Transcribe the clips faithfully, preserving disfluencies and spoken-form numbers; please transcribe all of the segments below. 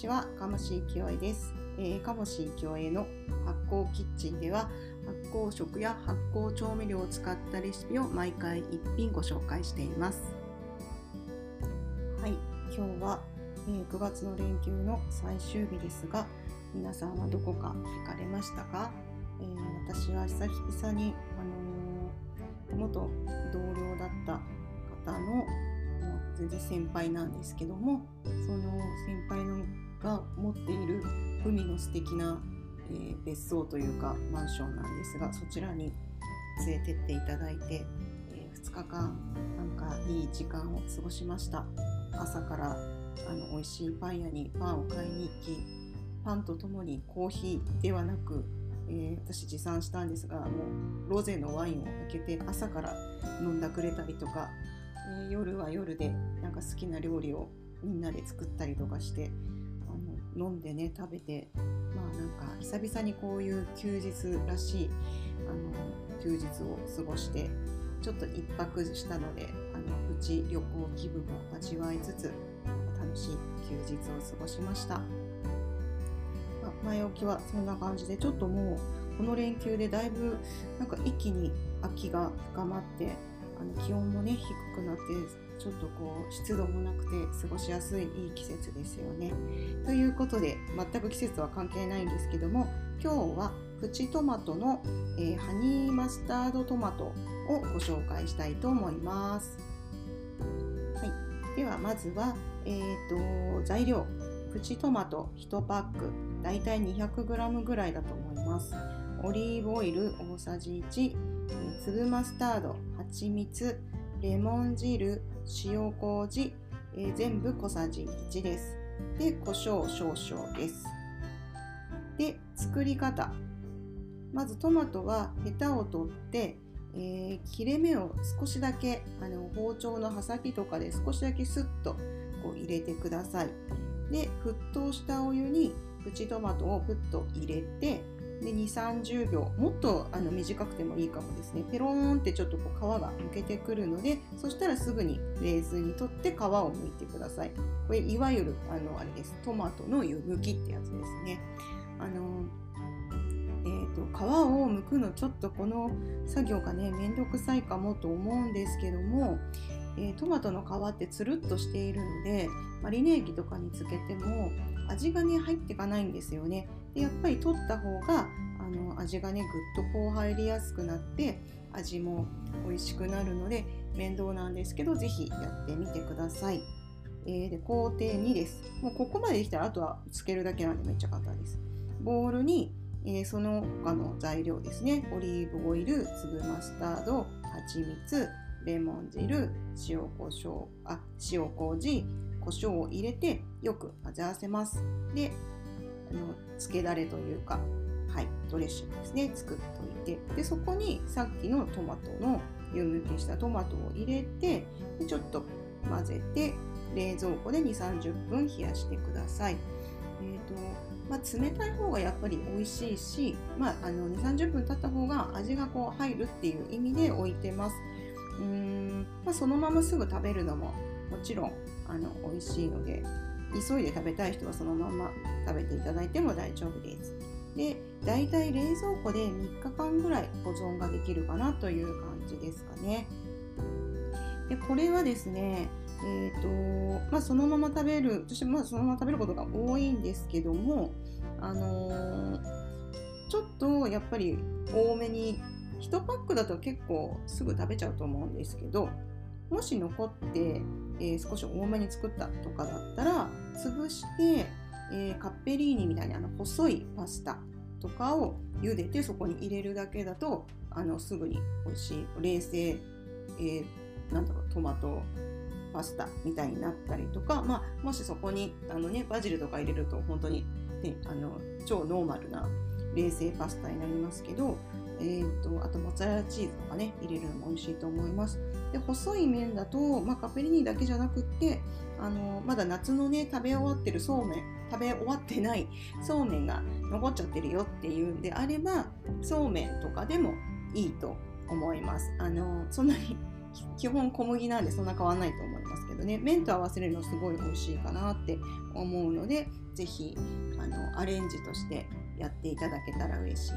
ちは、鴨志清江です。えー、鴨志清江の発酵キッチンでは、発酵食や発酵調味料を使ったレシピを毎回一品ご紹介しています。はい、今日は、えー、くがつの連休の最終日ですが、皆さんはどこか行かれましたか？えー、私は久々に、あのー、元同僚だった方の全然先輩なんですけども、その先輩のが持っている海の素敵な、えー、別荘というかマンションなんですが、そちらに連れてっていただいて、えー、ふつかかんなんかいい時間を過ごしました。朝からあの美味しいパン屋にパンを買いに行き、パンとともにコーヒーではなく、えー、私持参したんですが、もうロゼのワインを開けて朝から飲んだくれたりとか、えー、夜は夜でなんか好きな料理をみんなで作ったりとかして、あの飲んでね食べて、まあなんか久々にこういう休日らしいあの休日を過ごして、ちょっと一泊したので、あのプチ旅行気分を味わいつつ楽しい休日を過ごしました。まあ、前置きはそんな感じで、ちょっともうこの連休でだいぶなんか一気に秋が深まって、あの気温もね低くなって、ちょっとこう湿度もなくて過ごしやすいいい季節ですよね。ということで、全く季節は関係ないんですけども、今日はプチトマトの、えー、ハニーマスタードトマトをご紹介したいと思います。はい、ではまずは、えーと、材料。プチトマトいちパック、だいたいにひゃくグラムぐらいだと思います。オリーブオイル大さじいち、えー、粒マスタード、はちみつ、レモン汁、塩麹、えー、全部小さじいちです。で、胡椒少々です。で、作り方。まずトマトはヘタを取って、えー、切れ目を少しだけあの包丁の刃先とかで少しだけスッとこう入れてください。で、沸騰したお湯にプチトマトをプッと入れて、でにじゅうさんじゅうびょう、もっとあの短くてもいいかもですね。ペローンってちょっとこう皮がむけてくるので、そしたらすぐに冷水にとって皮を剥いてください。これいわゆるあのあれです。トマトの湯むきってやつですね。あのえーと、皮を剥くのちょっとこの作業がねめんどくさいかもと思うんですけども、えー、トマトの皮ってつるっとしているので、マリネ液とかにつけても味がね入っていかないんですよね。でやっぱり取った方があの味がねぐっとこう入りやすくなって味も美味しくなるので面倒なんですけど、ぜひやってみてください。えー、で工程にです。もうここまでできたらあとはつけるだけなんでめっちゃ簡単です。ボウルに、えー、その他の材料ですね、オリーブオイル、粒マスタード、はちみつ、レモン汁、塩コショウ、あ、塩麹、胡椒を入れてよく混ぜ合わせます。で、あの漬けだれというか、はい、ドレッシングですね、作っておいて、でそこにさっきのトマトの湯むきしたトマトを入れて、でちょっと混ぜて冷蔵庫でにじゅうさんじゅっぷん冷やしてください。えーとまあ、冷たい方がやっぱり美味しいし、まあ、あのにじゅうさんじゅっぷん経った方が味がこう入るっていう意味で置いてます。うーん、まあ、そのまますぐ食べるのももちろんあの美味しいので、急いで食べたい人はそのまま食べていただいても大丈夫です。で、だいたい冷蔵庫でみっかかんぐらい保存ができるかなという感じですかね。で、これはですね、えーとまあ、そのまま食べる、私まあそのまま食べることが多いんですけども、あのー、ちょっとやっぱり多めに、いちパックだと結構すぐ食べちゃうと思うんですけど、もし残って、えー、少し多めに作ったとかだったら潰して、えー、カッペリーニみたいにあの細いパスタとかを茹でてそこに入れるだけだと、あのすぐに美味しい冷製、えー、なんだろうトマトパスタみたいになったりとか、まあ、もしそこにあの、ね、バジルとか入れると本当に、ね、あの超ノーマルな冷製パスタになりますけど、えー、とあとモッツァレラチーズとかね入れるのも美味しいと思います。で細い麺だと、まあ、カペリーニだけじゃなくってあのまだ夏のね食べ終わってるそうめん食べ終わってないそうめんが残っちゃってるよっていうんであれば、そうめんとかでもいいと思います。あのそんなに基本小麦なんでそんな変わらないと思いますけどね、麺と合わせるのすごい美味しいかなって思うので、ぜひあのアレンジとしてやっていただけたら嬉しいです。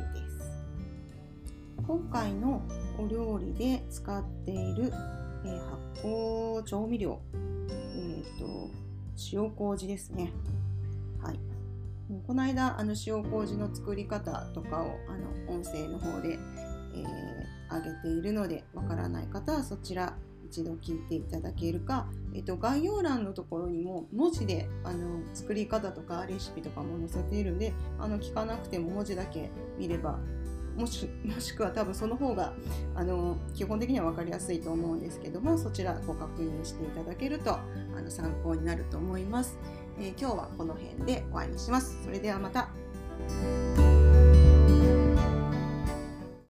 今回のお料理で使っている、えー、発酵調味料、えーと、塩麹ですね。はい。この間あの塩麹の作り方とかをあの音声の方で、えー、上げているので、わからない方はそちら一度聞いていただけるか、えっと、概要欄のところにも文字であの作り方とかレシピとかも載せているので、あの聞かなくても文字だけ見れば、もし、もしくは多分その方があの基本的には分かりやすいと思うんですけども、そちらご確認していただけるとあの参考になると思います。えー、今日はこの辺で終わりにします。それではまた。